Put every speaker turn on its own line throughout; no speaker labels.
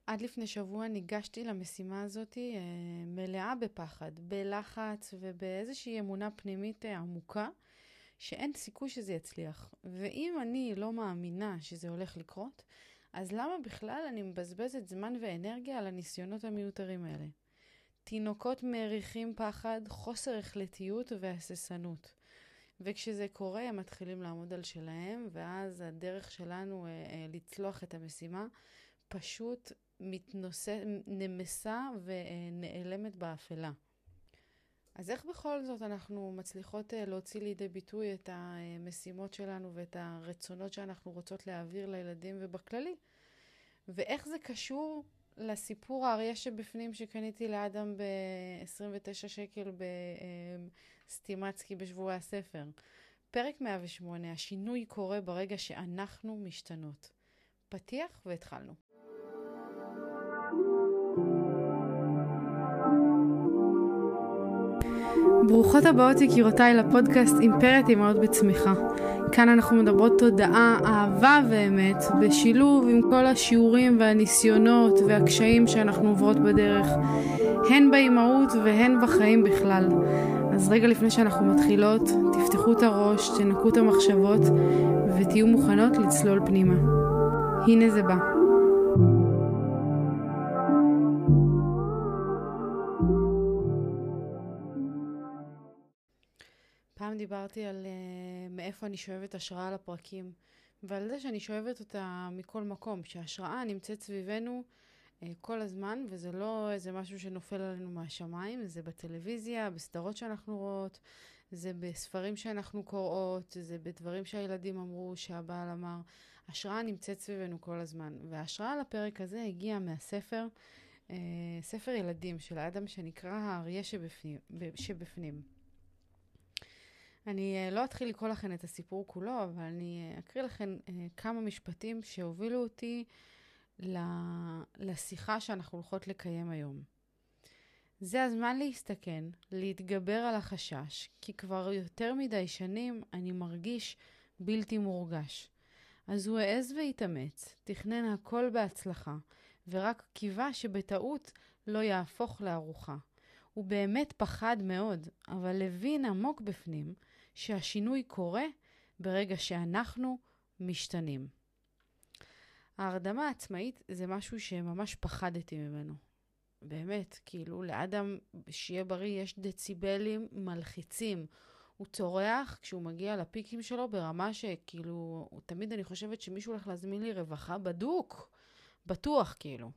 עד לפני שבוע ניגשתי למשימה הזאת מלאה בפחד, בלחץ ובאיזושהי אמונה פנימית עמוקה, שאין סיכוי שזה יצליח. ואם אני לא מאמינה שזה הולך לקרות, אז למה בכלל אני מבזבזת זמן ואנרגיה על הניסיונות המיותרים האלה? תינוקות מריחים פחד, חוסר החלטיות והססנות. וכשזה קורה, הם מתחילים לעמוד על שלהם, ואז הדרך שלנו לצלוח את המשימה פשוט נמסה ונעלמת באפלה. אז איך בכל זאת אנחנו מצליחות להוציא לידי ביטוי את המשימות שלנו ואת הרצונות שאנחנו רוצות להעביר לילדים ובכללי? ואיך זה קשור לסיפור האריה שבפנים שקניתי לאדם ב-29 שקל בסטימצקי בשבוע הספר? פרק 108, השינוי קורה ברגע שאנחנו משתנות. פתיח והתחלנו. ברוכות הבאות יקירותיי לפודקאסט אימפרית אימהות בצמיחה. כאן אנחנו מדברות תודעה, אהבה ואמת, בשילוב עם כל השיעורים והניסיונות והקשיים שאנחנו עוברות בדרך, הן באימהות והן בחיים בכלל. אז רגע לפני שאנחנו מתחילות, תפתחו את הראש, תנקו את המחשבות ותהיו מוכנות לצלול פנימה. הנה זה בא. פעם דיברתי על מאיפה אני שואבת השראה לפרקים, ועל זה שאני שואבת אותה מכל מקום, שההשראה נמצאת סביבנו כל הזמן, וזה לא איזה משהו שנופל עלינו מהשמיים, זה בטלוויזיה, בסדרות שאנחנו רואות, זה בספרים שאנחנו קוראות, זה בדברים שהילדים אמרו, שהבעל אמר. השראה נמצאת סביבנו כל הזמן, וההשראה לפרק הזה הגיעה מהספר, ספר ילדים של האדם שנקרא האריה שבפנים. אני לא אתחיל לקרוא לכם את הסיפור כולו, אבל אני אקריא לכם כמה משפטים שהובילו אותי לשיחה שאנחנו הולכות לקיים היום. זה הזמן להסתכן, להתגבר על החשש, כי כבר יותר מדי שנים אני מרגיש בלתי מורגש. אז הוא העז והתאמץ, תכנן הכל בהצלחה, ורק קיווה שבטעות לא יהפוך לארוחה. הוא באמת פחד מאוד, אבל הבין עמוק בפנים שהשינוי קורה ברגע שאנחנו משתנים. ההרדמה העצמאית זה משהו שממש פחדתי ממנו. באמת, כאילו לאדם שיהיה בריא יש דציבלים מלחיצים. הוא צורח כשהוא מגיע לפיקים שלו ברמה שכאילו, תמיד אני חושבת שמישהו הולך להזמין לי רווחה בטוח כאילו.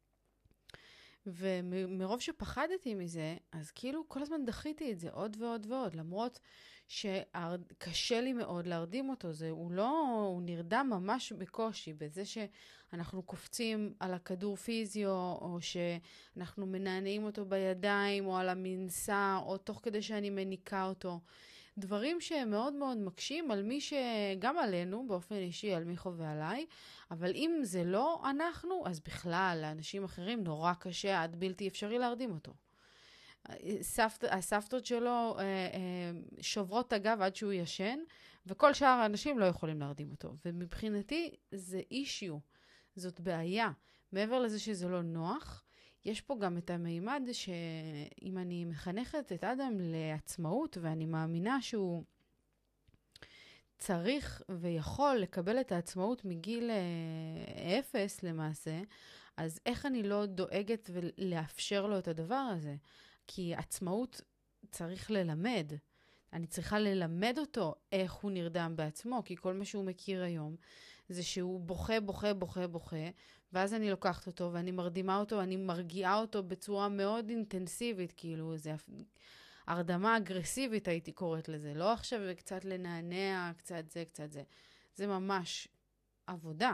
ומרוב שפחדתי מזה, אז כאילו כל הזמן דחיתי את זה עוד ועוד ועוד, למרות שקשה לי מאוד להרדים אותו. הוא נרדם ממש בקושי, בזה שאנחנו קופצים על הכדור פיזיו, או שאנחנו מנענעים אותו בידיים, או על המנסה, או תוך כדי שאני מניקה אותו. דברים שהם מאוד מאוד מקשים על מי שגם עלינו, באופן אישי, על מיכו ועליי, אבל אם זה לא אנחנו, אז בכלל, לאנשים אחרים נורא קשה, עד בלתי אפשרי להרדים אותו. הסבתות שלו שוברות הגב עד שהוא ישן, וכל שאר האנשים לא יכולים להרדים אותו. ומבחינתי זה אישיו, זאת בעיה. מעבר לזה שזה לא נוח, יש פה גם את המימד שאם אני מחנכת את אדם לעצמאות, ואני מאמינה שהוא צריך ויכול לקבל את העצמאות מגיל 0 למעשה, אז איך אני לא דואגת ולאפשר לו את הדבר הזה? כי עצמאות צריך ללמד. אני צריכה ללמד אותו איך הוא נרדם בעצמו, כי כל מה שהוא מכיר היום זה שהוא בוכה, ואז אני לוקחת אותו ואני מרדימה אותו, אני מרגיעה אותו בצורה מאוד אינטנסיבית, כאילו זה הרדמה אגרסיבית הייתי קוראת לזה, לא עכשיו קצת לנענע, קצת זה. זה ממש עבודה.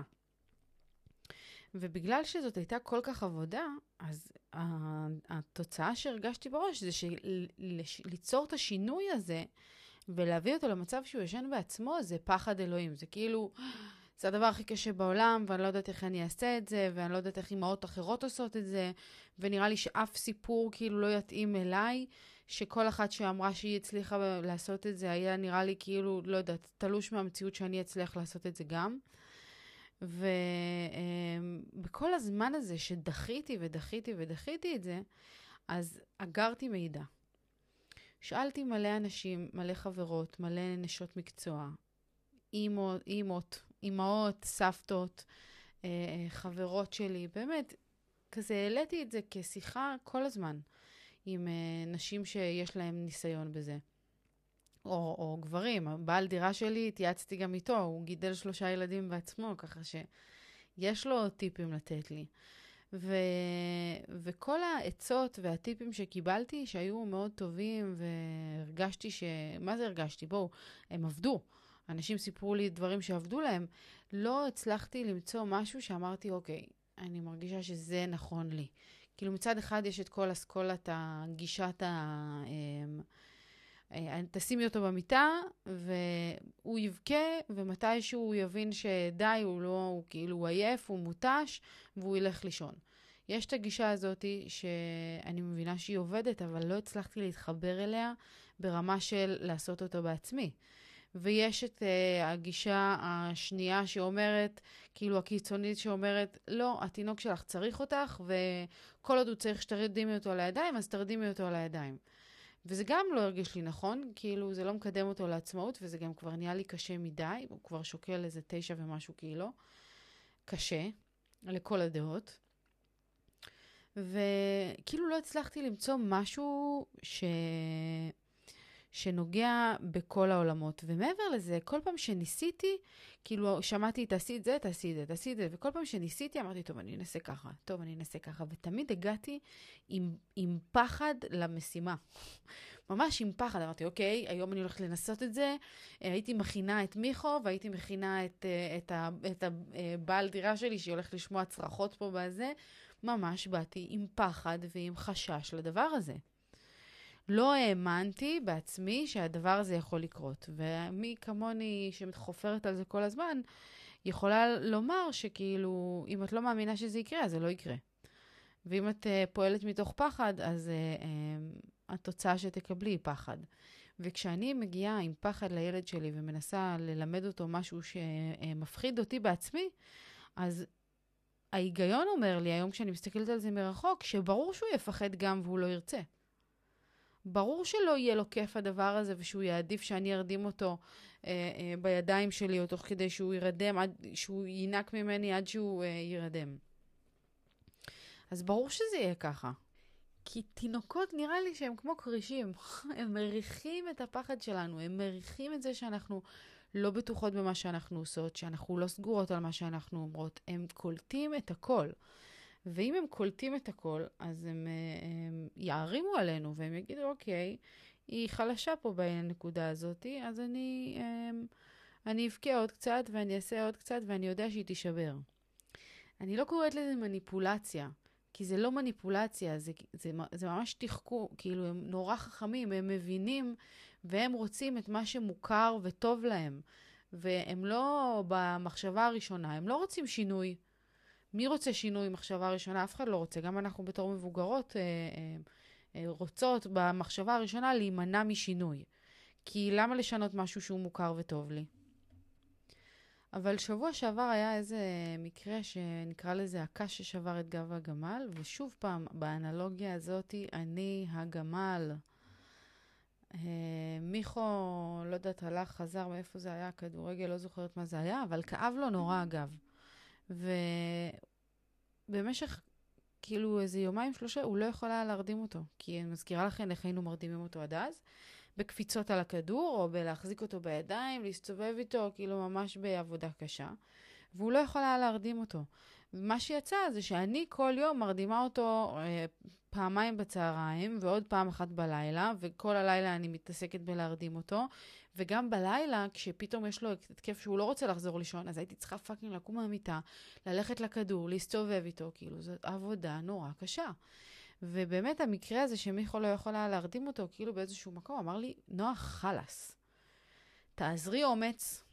ובגלל שזאת הייתה כל כך עבודה, אז התוצאה שהרגשתי בראש זה ליצור את השינוי הזה, ולהביא אותו למצב שהוא ישן בעצמו, זה פחד אלוהים. זה כאילו, זה הדבר הכי קשה בעולם, ואני לא יודעת איך אני אעשה את זה, ואני לא יודעת איך אמהות אחרות עושות את זה, ונראה לי שאף סיפור כאילו לא יתאים אליי, שכל אחת שאמרה שהיא הצליחה לעשות את זה, היה נראה לי כאילו, לא יודעת, תלוש מהמציאות שאני אצליח לעשות את זה גם. ובכל הזמן הזה שדחיתי ודחיתי ודחיתי את זה, אז אגרתי מידע. שאלתי מלא אנשים, מלא חברות, מלא נשות מקצוע, אימהות, סבתות, חברות שלי, באמת, כזה העליתי את זה כשיחה כל הזמן עם נשים שיש להם ניסיון בזה. או גברים, בעל דירה שלי, התייעצתי גם איתו, הוא גידל 3 ילדים בעצמו, ככה שיש לו טיפים לתת לי. וכל העצות והטיפים שקיבלתי, שהיו מאוד טובים, והרגשתי מה זה הרגשתי? בואו, הם עבדו. אנשים סיפרו לי דברים שעבדו להם. לא הצלחתי למצוא משהו שאמרתי, אוקיי, אני מרגישה שזה נכון לי. כאילו מצד אחד יש את כל אסכולת הגישת תשימי אותו במיטה, והוא יבכה, ומתישהו הוא יבין שדי, הוא כאילו הוא עייף, הוא מוטש, והוא ילך לישון. יש את הגישה הזאת שאני מבינה שהיא עובדת, אבל לא הצלחתי להתחבר אליה ברמה של לעשות אותו בעצמי. ויש את הגישה השנייה שאומרת, כאילו הקיצונית שאומרת, לא, התינוק שלך צריך אותך, וכל עוד הוא צריך שתרדימי אותו על הידיים, אז תרדימי אותו על הידיים. וזה גם לא הרגיש לי נכון, כאילו זה לא מקדם אותו לעצמאות, וזה גם כבר נהיה לי קשה מדי, הוא כבר שוקל איזה 9 ומשהו קילו. קשה, לכל הדעות. וכאילו לא הצלחתי למצוא משהו שנוגע בכל העולמות. ומעבר לזה, כל פעם שניסיתי, כאילו שמעתי, תעשי את זה, תעשי את זה, תעשי את זה, וכל פעם שניסיתי אמרתי, טוב, אני אנסה ככה, טוב, אני אנסה ככה, ותמיד הגעתי עם פחד למשימה. ממש עם פחד, אמרתי, אוקיי, היום אני הולכת לנסות את זה, הייתי מכינה את מיכו, והייתי מכינה את הבעל דירה שלי, שהיא הולכת לשמוע צרחות פה בזה, ממש באתי עם פחד ועם חשש לדבר הזה. לא האמנתי בעצמי שהדבר הזה יכול לקרות. ומי כמוני שמתחופרת על זה כל הזמן, יכולה לומר שכאילו, אם את לא מאמינה שזה יקרה, אז זה לא יקרה. ואם את פועלת מתוך פחד, אז התוצאה שתקבלי היא פחד. וכשאני מגיעה עם פחד לילד שלי ומנסה ללמד אותו משהו שמפחיד אותי בעצמי, אז ההיגיון אומר לי, היום כשאני מסתכלת על זה מרחוק, שברור שהוא יפחד גם והוא לא ירצה. ברור שלא יהיה לו כיף הדבר הזה, ושהוא יעדיף שאני ארדים אותו בידיים שלי, או תוך כדי שהוא ירדם, שהוא ינק ממני עד שהוא ירדם. אז ברור שזה יהיה ככה. כי תינוקות נראה לי שהם כמו קרישים. הם מריחים את הפחד שלנו, הם מריחים את זה שאנחנו לא בטוחות במה שאנחנו עושות, שאנחנו לא סגורות על מה שאנחנו אומרות. הם קולטים את הכל. ואם הם קולטים את הכל, אז הם יערימו עלינו, והם יגידו, אוקיי, היא חלשה פה בנקודה הזאת, אז אני אבכה עוד קצת, ואני אעשה עוד קצת, ואני יודע שהיא תישבר. אני לא קוראת לזה מניפולציה, כי זה לא מניפולציה, זה ממש תחקור, כאילו הם נורא חכמים, הם מבינים, והם רוצים את מה שמוכר וטוב להם. והם לא במחשבה הראשונה, הם לא רוצים שינוי. מי רוצה שינוי מחשבה ראשונה? אף אחד לא רוצה. גם אנחנו בתור מבוגרות רוצות במחשבה הראשונה להימנע משינוי. כי למה לשנות משהו שהוא מוכר וטוב לי? אבל שבוע שעבר היה איזה מקרה שנקרא לזה הקש ששבר את גב הגמל, ושוב פעם, באנלוגיה הזאת, אני הגמל. מיכו, לא יודעת, הלך, חזר, מאיפה זה היה, כדורגל, לא זוכרת מה זה היה, אבל כאב לו נורא אגב. ובמשך כאילו איזה 2-3 הוא לא יכול היה להרדים אותו, כי אני מזכירה לכם איך היינו מרדימים אותו עד אז, בקפיצות על הכדור או בלהחזיק אותו בידיים, להסתובב איתו כאילו ממש בעבודה קשה, והוא לא יכול היה להרדים אותו. ומה שיצא זה שאני כל יום מרדימה אותו פעמיים בצהריים ועוד פעם אחת בלילה, וכל הלילה אני מתעסקת בלהרדים אותו, וגם בלילה, כשפתאום יש לו התקף שהוא לא רוצה לחזור לישון, אז הייתי צריכה פאקינג לקום מהמיטה, ללכת לכדור, להסתובב איתו, כאילו זאת עבודה נורא קשה. ובאמת המקרה הזה שמיכו לא יכולה להרדים אותו, כאילו באיזשהו מקום, אמר לי, נועה חלס, תעזרי אומץ,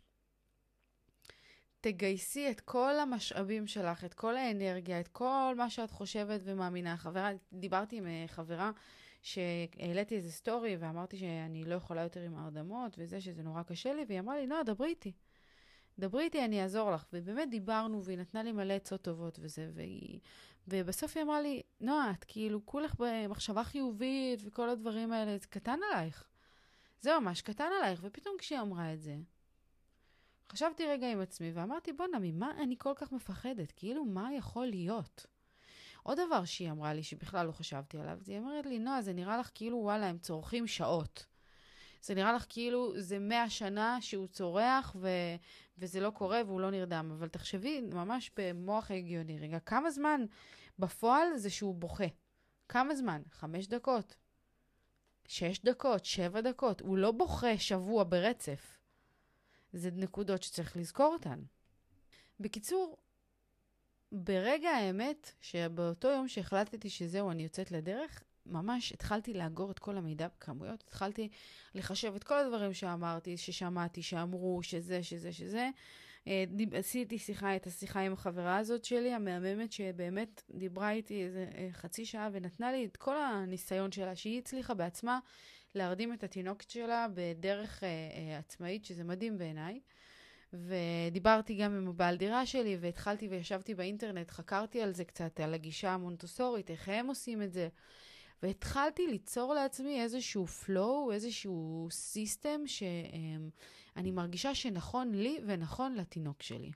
תגייסי את כל המשאבים שלך, את כל האנרגיה, את כל מה שאת חושבת ומאמינה. דיברתי עם חברה שהעליתי איזה סטורי ואמרתי שאני לא יכולה יותר עם הרדמות וזה שזה נורא קשה לי, והיא אמרה לי, נועה, דברי איתי. דברי איתי, אני אעזור לך. ובאמת דיברנו, והיא נתנה לי מלא עצות טובות וזה, ובסוף היא אמרה לי, נועה, את כאילו כולך במחשבה חיובית וכל הדברים האלה, זה קטן עלייך. זה ממש קטן עלייך. ופתאום כשהיא אמרה את זה, חשבתי רגע עם עצמי ואמרתי, בוא נמי, מה אני כל כך מפחדת? כאילו, מה יכול להיות? עוד דבר שהיא אמרה לי, שבכלל לא חשבתי עליו, היא אמרת לי, נועה, זה נראה לך כאילו, וואלה, הם צורכים שעות. זה נראה לך כאילו, זה 100 שנה שהוא צורח, וזה לא קורה והוא לא נרדם. אבל תחשבי, ממש במוח הגיוני, רגע, כמה זמן בפועל זה שהוא בוכה? כמה זמן? 5 דקות? 6 דקות? 7 דקות? הוא לא בוכה שבוע ברצף. זה נקודות שצריך לזכור אותן. בקיצור, ברגע האמת, שבאותו יום שהחלטתי שזהו, אני יוצאת לדרך, ממש התחלתי לאגור את כל המידע בכמויות, התחלתי לחשב את כל הדברים שאמרתי, ששמעתי, שאמרו, שזה. עשיתי את השיחה עם החברה הזאת שלי, המהממת, שבאמת דיברה איתי איזה חצי שעה, ונתנה לי את כל הניסיון שלה, שהיא הצליחה בעצמה להרדים את התינוק שלה בדרך עצמאית, שזה מדהים בעיניי. ודיברתי גם עם הבעל דירה שלי, והתחלתי וישבתי באינטרנט, חקרתי על זה קצת, על הגישה המונטוסורית, איך הם עושים את זה, והתחלתי ליצור לעצמי איזשהו flow, איזשהו סיסטם, שאני מרגישה שנכון לי ונכון לתינוק שלי.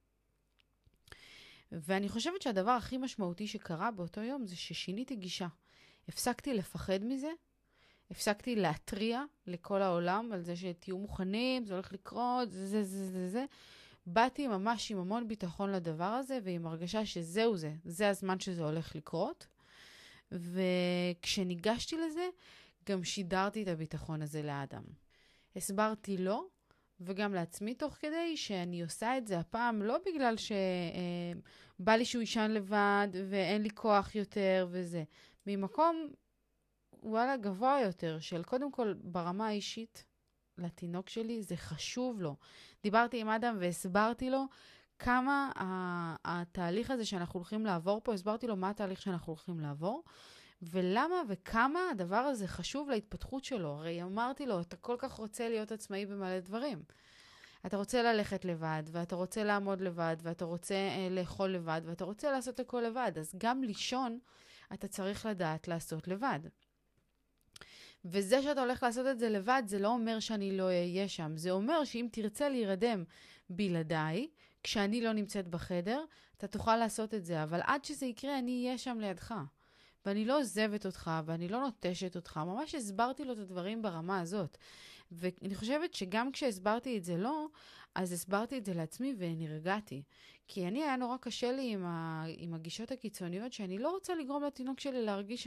ואני חושבת שהדבר הכי משמעותי שקרה באותו יום, זה ששיניתי גישה. הפסקתי לפחד מזה, הפסקתי להטריע לכל העולם על זה שתהיו מוכנים, זה הולך לקרות, זה. באתי ממש עם המון ביטחון לדבר הזה, ועם הרגשה שזהו זה, זה הזמן שזה הולך לקרות. וכשניגשתי לזה, גם שידרתי את הביטחון הזה לאדם. הסברתי לו, וגם לעצמי תוך כדי, שאני עושה את זה הפעם, לא בגלל שבא לי שהוא יישן לבד, ואין לי כוח יותר וזה. ממקום וואלה גבוה יותר, של קודם כל ברמה האישית לתינוק שלי, זה חשוב לו. דיברתי עם אדם והסברתי לו כמה התהליך הזה שאנחנו הולכים לעבור פה, הסברתי לו מה התהליך שאנחנו הולכים לעבור, ולמה וכמה הדבר הזה חשוב להתפתחות שלו. הרי אמרתי לו, אתה כל כך רוצה להיות עצמאי במלא דברים. אתה רוצה ללכת לבד, ואתה רוצה לעמוד לבד, ואתה רוצה לאכול לבד, ואתה רוצה לעשות הכל לבד. אז גם לישון, אתה צריך לדעת לעשות לבד. וזה שאתה הולך לעשות את זה לבד, זה לא אומר שאני לא אהיה שם. זה אומר שאם תרצה להירדם בלעדיי, כשאני לא נמצאת בחדר, אתה תוכל לעשות את זה. אבל עד שזה יקרה, אני אהיה שם לידך. ואני לא עוזבת אותך, ואני לא נוטשת אותך. ממש הסברתי לו את הדברים ברמה הזאת. ואני חושבת שגם כשהסברתי את זה לא, אז הסברתי את זה לעצמי ונרגעתי. כי היה נורא קשה לי עם הגישות הקיצוניות, שאני לא רוצה לגרום לתינוק שלי להרגיש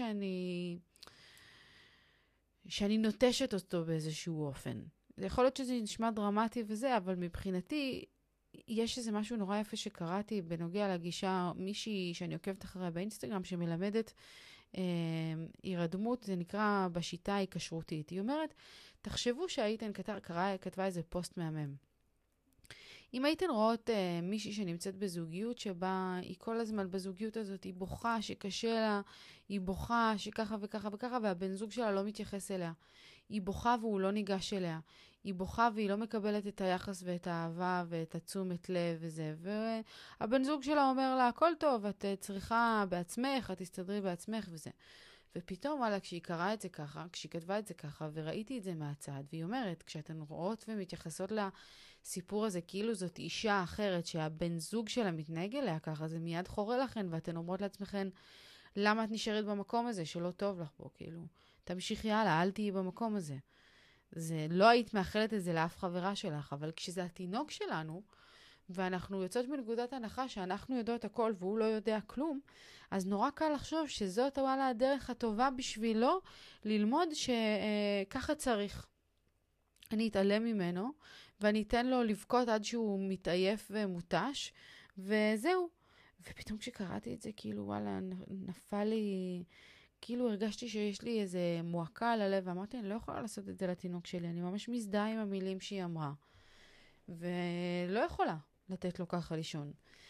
שאני נוטשת אותו באיזשהו אופן. זה יכול להיות שזה נשמע דרמטי וזה, אבל מבחינתי, יש איזה משהו נורא יפה שקראתי בנוגע לגישה, מישהי שאני עוקבת אחריה באינסטגרם, שמלמדת הירדמות, זה נקרא בשיטה ההיקשרותית. היא אומרת, תחשבו שהייתן כתבה איזה פוסט מהמם. אם הייתן רואות מישהי שנמצאת בזוגיות, שבה היא כל הזמן בזוגיות הזאת, היא בוכה שקשה לה, היא בוכה שככה וככה וככה, והבן זוג שלה לא מתייחס אליה. היא בוכה והוא לא ניגש אליה. היא בוכה והיא לא מקבלת את היחס ואת האהבה ואת התשומת לב וזה. והבן זוג שלה אומר לה, הכל טוב, את צריכה בעצמך, את תסתדרי בעצמך וזה. ופתאום, וואלה, כשהיא קראה את זה ככה, כשהיא כתבה את זה ככה, וראיתי את זה מהצד, והיא אומרת, כשאתן רואות ומתייחסות לסיפור הזה, כאילו זאת אישה אחרת, שהבן זוג שלה מתנהג אליה ככה, זה מיד חורה לכן, ואתן אומרות לעצמכן, למה את נשארת במקום הזה, שלא טוב לך בו, כאילו, תמשיכי הלאה, אל תהיי במקום הזה. זה, לא היית מאחלת את זה לאף חברה שלך, אבל כשזה התינוק שלנו, ואנחנו יוצאות מנקודת הנחה שאנחנו יודעות הכל והוא לא יודע כלום, אז נורא קל לחשוב שזאת וואלה הדרך הטובה בשבילו ללמוד שככה צריך. אני אתעלם ממנו ואני אתן לו לבכות עד שהוא מתעייף ומותש, וזהו. ופתאום כשקראתי את זה, כאילו וואלה, נפל לי, כאילו הרגשתי שיש לי איזה מועקה על הלב, ואמרתי, אני לא יכולה לעשות את זה לתינוק שלי, אני ממש מזדהה עם המילים שהיא אמרה. ולא יכולה לתת לו ככה לישון.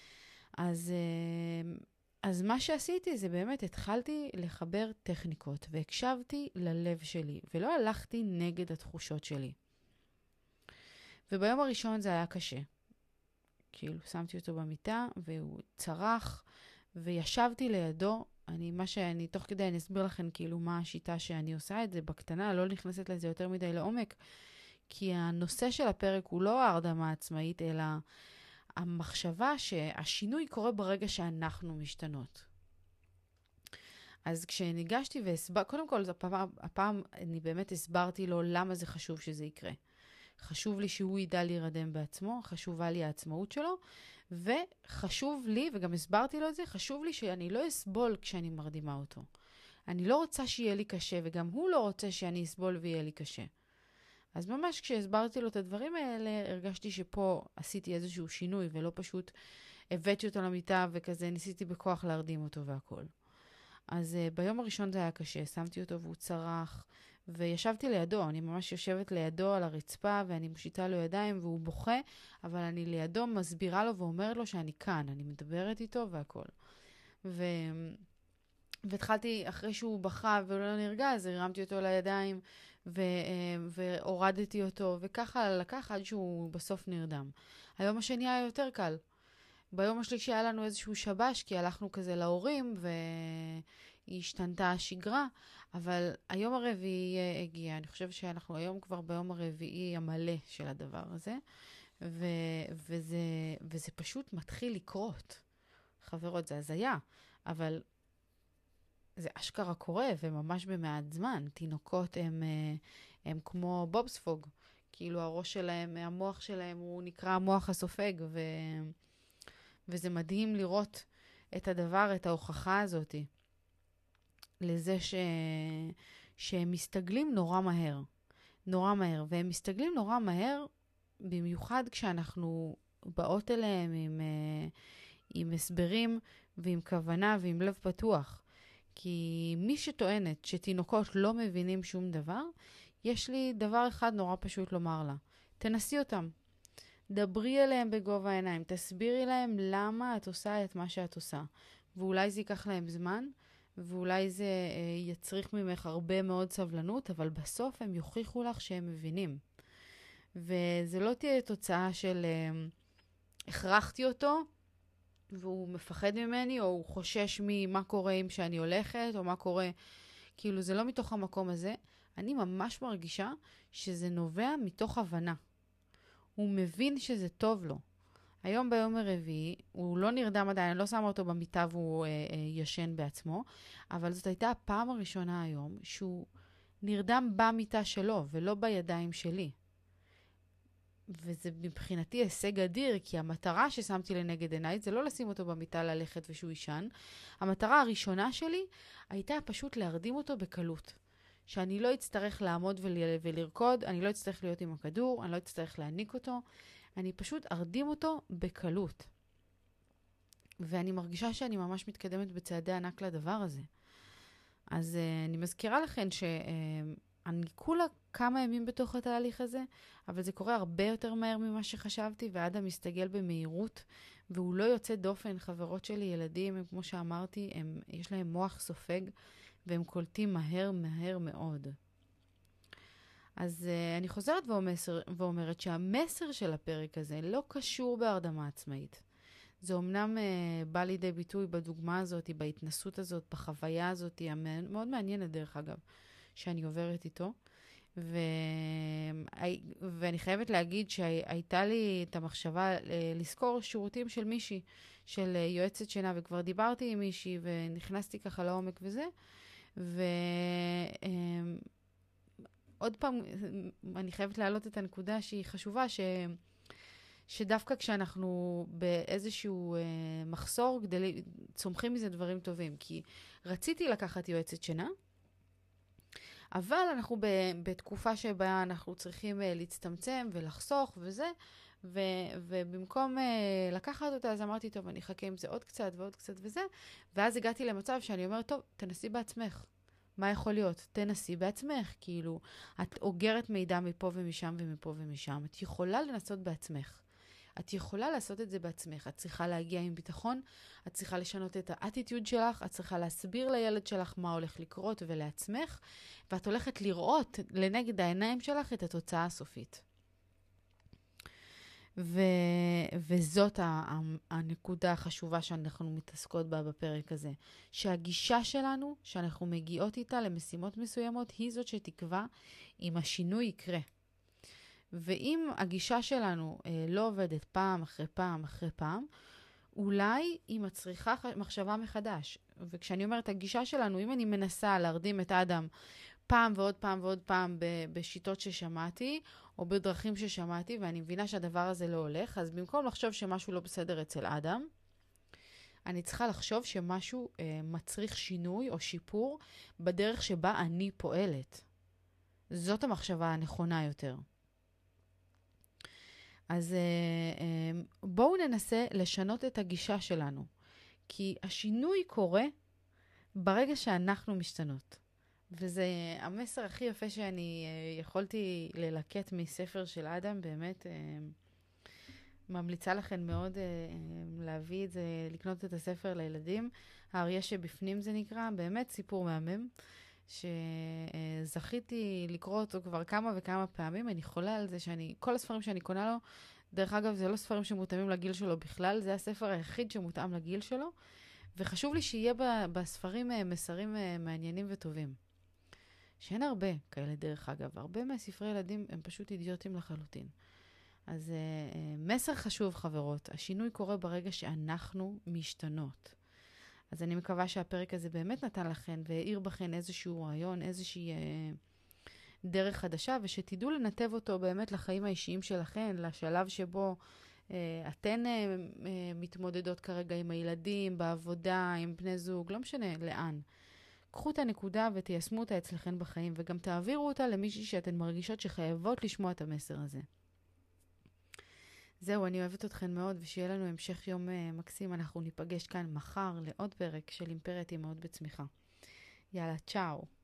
אז מה שעשיתי זה באמת התחלתי לחבר טכניקות והקשבתי ללב שלי ולא הלכתי נגד התחושות שלי. וביום הראשון זה היה קשה. כאילו, שמתי אותו במיטה, והוא צרח, וישבתי לידו. אני תוך כדי אני אסביר לכם כאילו מה השיטה שאני עושה את זה בקטנה, לא נכנסת לזה יותר מדי לעומק, כי הנושא של הפרק הוא לא ההרדמה העצמאית, אלא המחשבה שהשינוי קורה ברגע שאנחנו משתנות. אז כשניגשתי קודם כל, הפעם אני באמת הסברתי לו למה זה חשוב שזה יקרה. חשוב לי שהוא ידע להירדם בעצמו, חשובה לי העצמאות שלו, וחשוב לי, וגם הסברתי לו את זה, חשוב לי שאני לא אסבול כשאני מרדימה אותו. אני לא רוצה שיהיה לי קשה, וגם הוא לא רוצה שאני אסבול ויהיה לי קשה. אז ממש כשהסברתי לו את הדברים האלה, הרגשתי שפה עשיתי איזשהו שינוי, ולא פשוט הבאתי אותו למיטה, וכזה ניסיתי בכוח להרדים אותו והכל. אז ביום הראשון זה היה קשה, שמתי אותו והוא צרח, וישבתי לידו, אני ממש יושבת לידו על הרצפה, ואני מושיטה לו ידיים, והוא בוכה, אבל אני לידו מסבירה לו ואומרת לו שאני כאן, אני מדברת איתו והכל. והתחלתי, אחרי שהוא בכה ולא נרגע, אז הרמתי אותו לידיים, והורדתי אותו, וככה לקח עד שהוא בסוף נרדם. היום השני היה יותר קל. ביום השלישי היה לנו איזשהו שבש, כי הלכנו כזה להורים, והיא השתנתה השגרה, אבל היום הרביעי הגיע. אני חושב שאנחנו היום כבר ביום הרביעי המלא של הדבר הזה, וזה פשוט מתחיל לקרות. חברות, זה הזיה, אבל זה אשכרה קורה, וממש במעט זמן. תינוקות הם כמו בובספוג. כאילו הראש שלהם, המוח שלהם הוא נקרא המוח הסופג, וזה מדהים לראות את הדבר, את ההוכחה הזאת, לזה שהם מסתגלים נורא מהר. נורא מהר. והם מסתגלים נורא מהר, במיוחד כשאנחנו באות אליהם עם הסברים ועם כוונה ועם לב פתוח. כי מי שטוענת שתינוקות לא מבינים שום דבר, יש לי דבר אחד נורא פשוט לומר לה. תנסי אותם. דברי אליהם בגובה העיניים. תסבירי להם למה את עושה את מה שאת עושה. ואולי זה ייקח להם זמן, ואולי זה יצריך ממך הרבה מאוד סבלנות, אבל בסוף הם יוכיחו לך שהם מבינים. וזה לא תהיה תוצאה של הכרחתי אותו, והוא מפחד ממני, או הוא חושש ממה קורה אם שאני הולכת, או מה קורה, כאילו זה לא מתוך המקום הזה. אני ממש מרגישה שזה נובע מתוך הבנה. הוא מבין שזה טוב לו. היום ביום הרביעי, הוא לא נרדם עדיין, אני לא שמה אותו במיטה והוא ישן בעצמו, אבל זאת הייתה הפעם הראשונה היום שהוא נרדם במיטה שלו, ולא בידיים שלי. וזה מבחינתי הישג אדיר, כי המטרה ששמתי לנגד עיניי, זה לא לשים אותו במיטה ללכת ושהוא ישן. המטרה הראשונה שלי הייתה פשוט להרדים אותו בקלות. שאני לא אצטרך לעמוד ולרקוד, אני לא אצטרך להיות עם הכדור, אני לא אצטרך להניק אותו, אני פשוט ארדים אותו בקלות. ואני מרגישה שאני ממש מתקדמת בצעדי ענק לדבר הזה. אז אני מזכירה לכם שאני כולה כמה ימים בתוך התהליך הזה, אבל זה קורה הרבה יותר מהר ממה שחשבתי, ואדם מסתגל במהירות, והוא לא יוצא דופן. חברות שלי, ילדים, הם, כמו שאמרתי, יש להם מוח סופג, והם קולטים מהר מאוד. אז אני חוזרת ואומרת שהמסר של הפרק הזה לא קשור בהרדמה עצמאית. זה אומנם בא לידי ביטוי בדוגמה הזאת, בהתנסות הזאת, בחוויה הזאת, מאוד מעניינת דרך אגב, שאני עוברת איתו. ואני חייבת להגיד שהייתה לי את המחשבה לזכור שירותים של מישהי, של יועצת שינה, וכבר דיברתי עם מישהי ונכנסתי ככה לעומק וזה, עוד פעם, אני חייבת להעלות את הנקודה שהיא חשובה, שדווקא כשאנחנו באיזשהו מחסור, צומחים מזה דברים טובים. כי רציתי לקחת יועצת שינה, אבל אנחנו בתקופה שבה אנחנו צריכים להצטמצם ולחסוך וזה, ובמקום לקחת אותה, אז אמרתי, טוב, אני אחכה עם זה עוד קצת ועוד קצת וזה, ואז הגעתי למצב שאני אומרת, טוב, תנסי בעצמך. מה יכול להיות? תנסי בעצמך, כאילו, את אוגרת מידע מפה ומשם ומפה ומשם. את יכולה לנסות בעצמך. את יכולה לעשות את זה בעצמך. את צריכה להגיע עם ביטחון, את צריכה לשנות את האטיטיוד שלך, את צריכה להסביר לילד שלך מה הולך לקרות ולעצמך, ואת הולכת לראות לנגד העיניים שלך את התוצאה הסופית. וזאת הנקודה החשובה שאנחנו מתעסקות בה בפרק הזה. שהגישה שלנו, שאנחנו מגיעות איתה למשימות מסוימות, היא זאת שתקבע אם השינוי יקרה. ואם הגישה שלנו לא עובדת פעם אחרי פעם אחרי פעם, אולי היא מצריכה מחשבה מחדש. וכשאני אומרת הגישה שלנו, אם אני מנסה להרדים את אדם פעם ועוד פעם ועוד פעם בשיטות ששמעתי, או בדרכים ששמעתי, ואני מבינה שהדבר הזה לא הולך, אז במקום לחשוב שמשהו לא בסדר אצל אדם, אני צריכה לחשוב שמשהו מצריך שינוי או שיפור בדרך שבה אני פועלת. זאת המחשבה הנכונה יותר. אז בואו ננסה לשנות את הגישה שלנו, כי השינוי קורה ברגע שאנחנו משתנות. וזה המסר הכי יפה שאני יכולתי ללקט מספר של אדם, באמת ממליצה לכם מאוד להביא את זה, לקנות את הספר לילדים. האריה שבפנים זה נקרא, באמת סיפור מהמם, שזכיתי לקרוא אותו כבר כמה וכמה פעמים. אני חולה על זה כל הספרים שאני קונה לו, דרך אגב, זה לא ספרים שמותאמים לגיל שלו בכלל, זה הספר היחיד שמותאם לגיל שלו, וחשוב לי שיהיה בספרים מסרים מעניינים וטובים. שאין הרבה כאלה דרך אגב, הרבה מהספרי ילדים הם פשוט אידיוטים לחלוטין. אז מסר חשוב חברות, השינוי קורה ברגע שאנחנו משתנות. אז אני מקווה שהפרק הזה באמת נתן לכן והעיר בכן איזשהו רעיון, איזושהי דרך חדשה, ושתדעו לנתב אותו באמת לחיים האישיים שלכן, לשלב שבו אתן מתמודדות כרגע עם הילדים, בעבודה, עם בני זוג, לא משנה לאן. קחו את הנקודה ותיישמו אותה אצלכן בחיים, וגם תעבירו אותה למישהי שאתן מרגישות שחייבות לשמוע את המסר הזה. זהו, אני אוהבת אתכן מאוד, ושיהיה לנו המשך יום מקסים. אנחנו ניפגש כאן מחר לעוד פרק של אימפרית אימהות בצמיחה. יאללה, צ'או.